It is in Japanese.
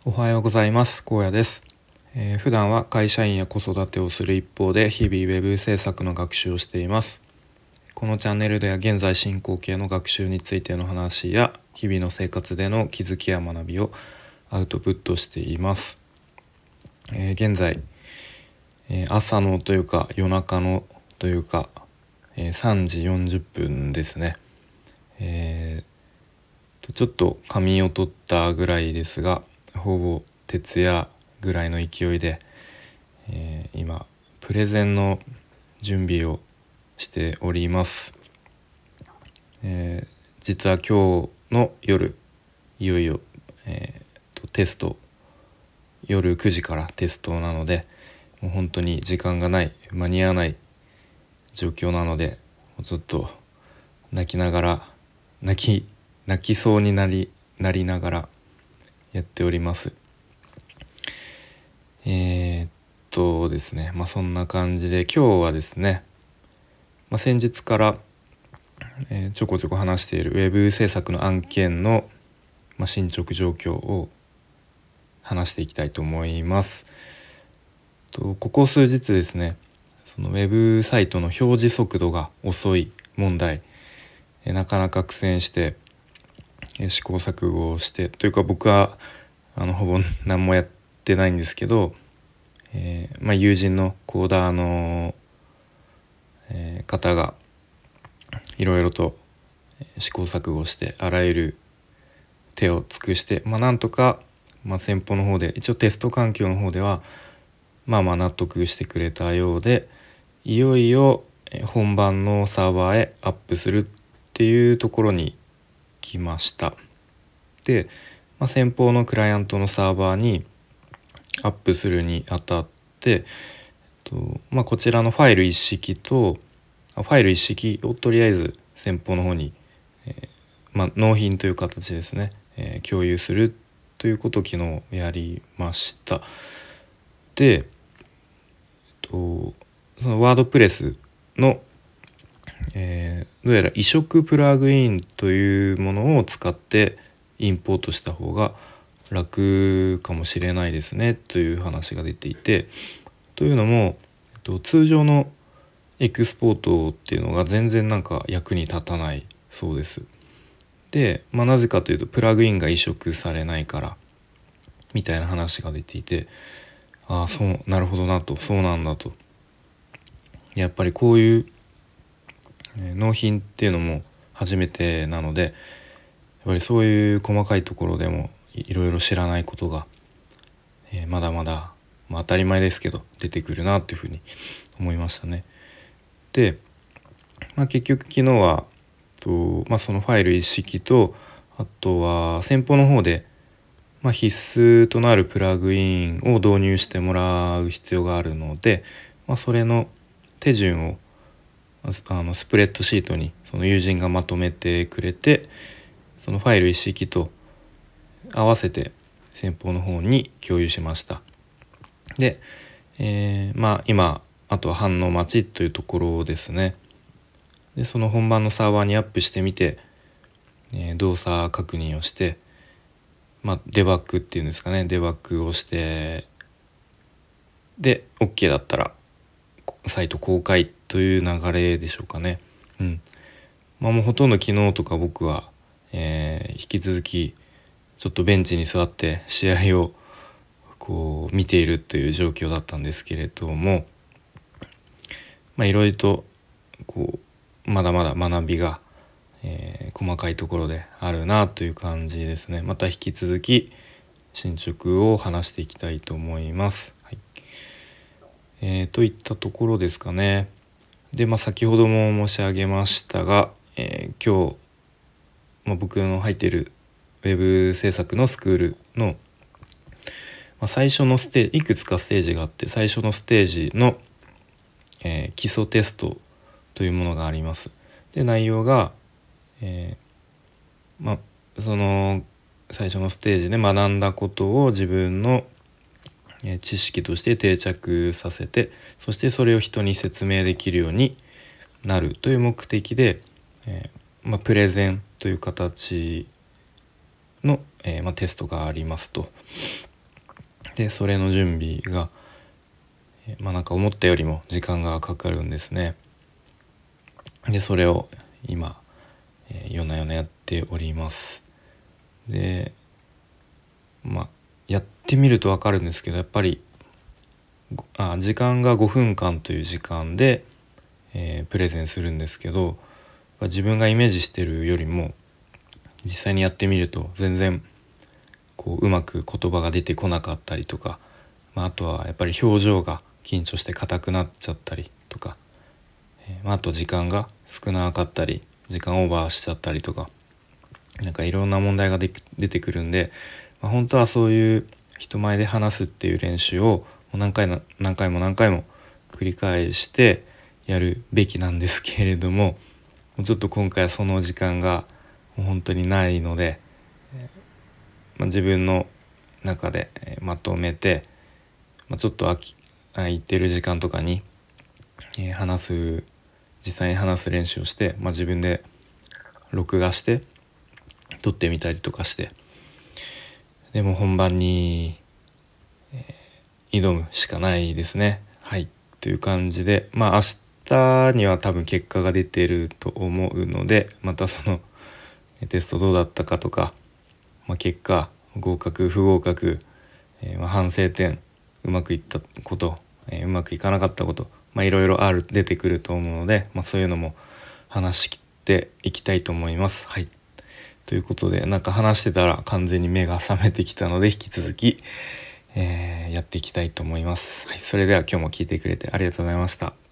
おはようございます。高野です。普段は会社員や子育てをする一方で日々ウェブ制作の学習をしています。このチャンネルでは現在進行形の学習についての話や日々の生活での気づきや学びをアウトプットしています。現在、朝のというか夜中のというか、3時40分ですね。ちょっと仮眠を取ったぐらいですが、ほぼ徹夜ぐらいの勢いで、今プレゼンの準備をしております。実は今日の夜いよいよ、テスト、夜9時からテストなので、もう本当に時間がない、間に合わない状況なので、もうちょっと泣きそうになりながらやっております。ですね、そんな感じで今日はですね、先日から、ちょこちょこ話しているウェブ制作の案件の、進捗状況を話していきたいと思います。ここ数日ですね、そのウェブサイトの表示速度が遅い問題、なかなか苦戦して、試行錯誤をしてというか、僕はほぼ何もやってないんですけど、友人のコーダーの、方がいろいろと試行錯誤してあらゆる手を尽くして、なんとか、先方の方で一応テスト環境の方では納得してくれたようで、いよいよ本番のサーバーへアップするっていうところに来ました。で、先方のクライアントのサーバーにアップするにあたって、こちらのファイル一式をとりあえず先方の方に、納品という形ですね、共有するということを昨日やりました。で、そのワードプレスの、どうやら移植プラグインというものを使ってインポートした方が楽かもしれないですねという話が出ていて、というのも、通常のエクスポートっていうのが全然役に立たないそうです。で、なぜかというとプラグインが移植されないからみたいな話が出ていて、そうなるほどなと、そうなんだと。やっぱりこういう納品っていうのも初めてなので、やっぱりそういう細かいところでもいろいろ知らないことが、まだまだ、当たり前ですけど出てくるなというふうに思いましたね。で、結局昨日はそのファイル一式と、あとは先方の方で、必須となるプラグインを導入してもらう必要があるので、それの手順をスプレッドシートにその友人がまとめてくれて、そのファイル一式と合わせて先方の方に共有しました。で、今あとは反応待ちというところですね。で、その本番のサーバーにアップしてみて、動作確認をして、デバッグっていうんですかね、デバッグをして、で OK だったらサイト公開という流れでしょうかね。もうほとんど昨日とか僕は、引き続きちょっとベンチに座って試合をこう見ているという状況だったんですけれども、いろいろとこうまだまだ学びが、細かいところであるなという感じですね。また引き続き進捗を話していきたいと思います。といったところですかね。で、先ほども申し上げましたが、今日、僕の入っているウェブ制作のスクールの、最初のステージ、いくつかステージがあって、最初のステージの、基礎テストというものがあります。で、内容が、その最初のステージで学んだことを自分の知識として定着させて、そしてそれを人に説明できるようになるという目的で、プレゼンという形の、テストがありますと。 でそれの準備が、なんか思ったよりも時間がかかるんですね。でそれを今、夜な夜なやっております。でやってみると分かるんですけど、やっぱり時間が5分間という時間で、プレゼンするんですけど、自分がイメージしてるよりも実際にやってみると全然うまく言葉が出てこなかったりとか、あとはやっぱり表情が緊張して硬くなっちゃったりとか、あと時間が少なかったり時間オーバーしちゃったりとか、なんかいろんな問題が出てくるんで、本当はそういう人前で話すっていう練習をもう何回も繰り返してやるべきなんですけれども、ちょっと今回はその時間がもう本当にないので、自分の中でまとめて、ちょっと空いてる時間とかに実際に話す練習をして、自分で録画して撮ってみたりとかして、でも本番に、挑むしかないですね。はい、という感じで、明日には多分結果が出てると思うので、またそのテストどうだったかとか、結果合格不合格、反省点、うまくいったこと、うまくいかなかったこと、いろいろ出てくると思うので、そういうのも話し切っていきたいと思います。はい、ということで、なんか話してたら完全に目が覚めてきたので、引き続き、やっていきたいと思います。はい、それでは今日も聞いてくれてありがとうございました。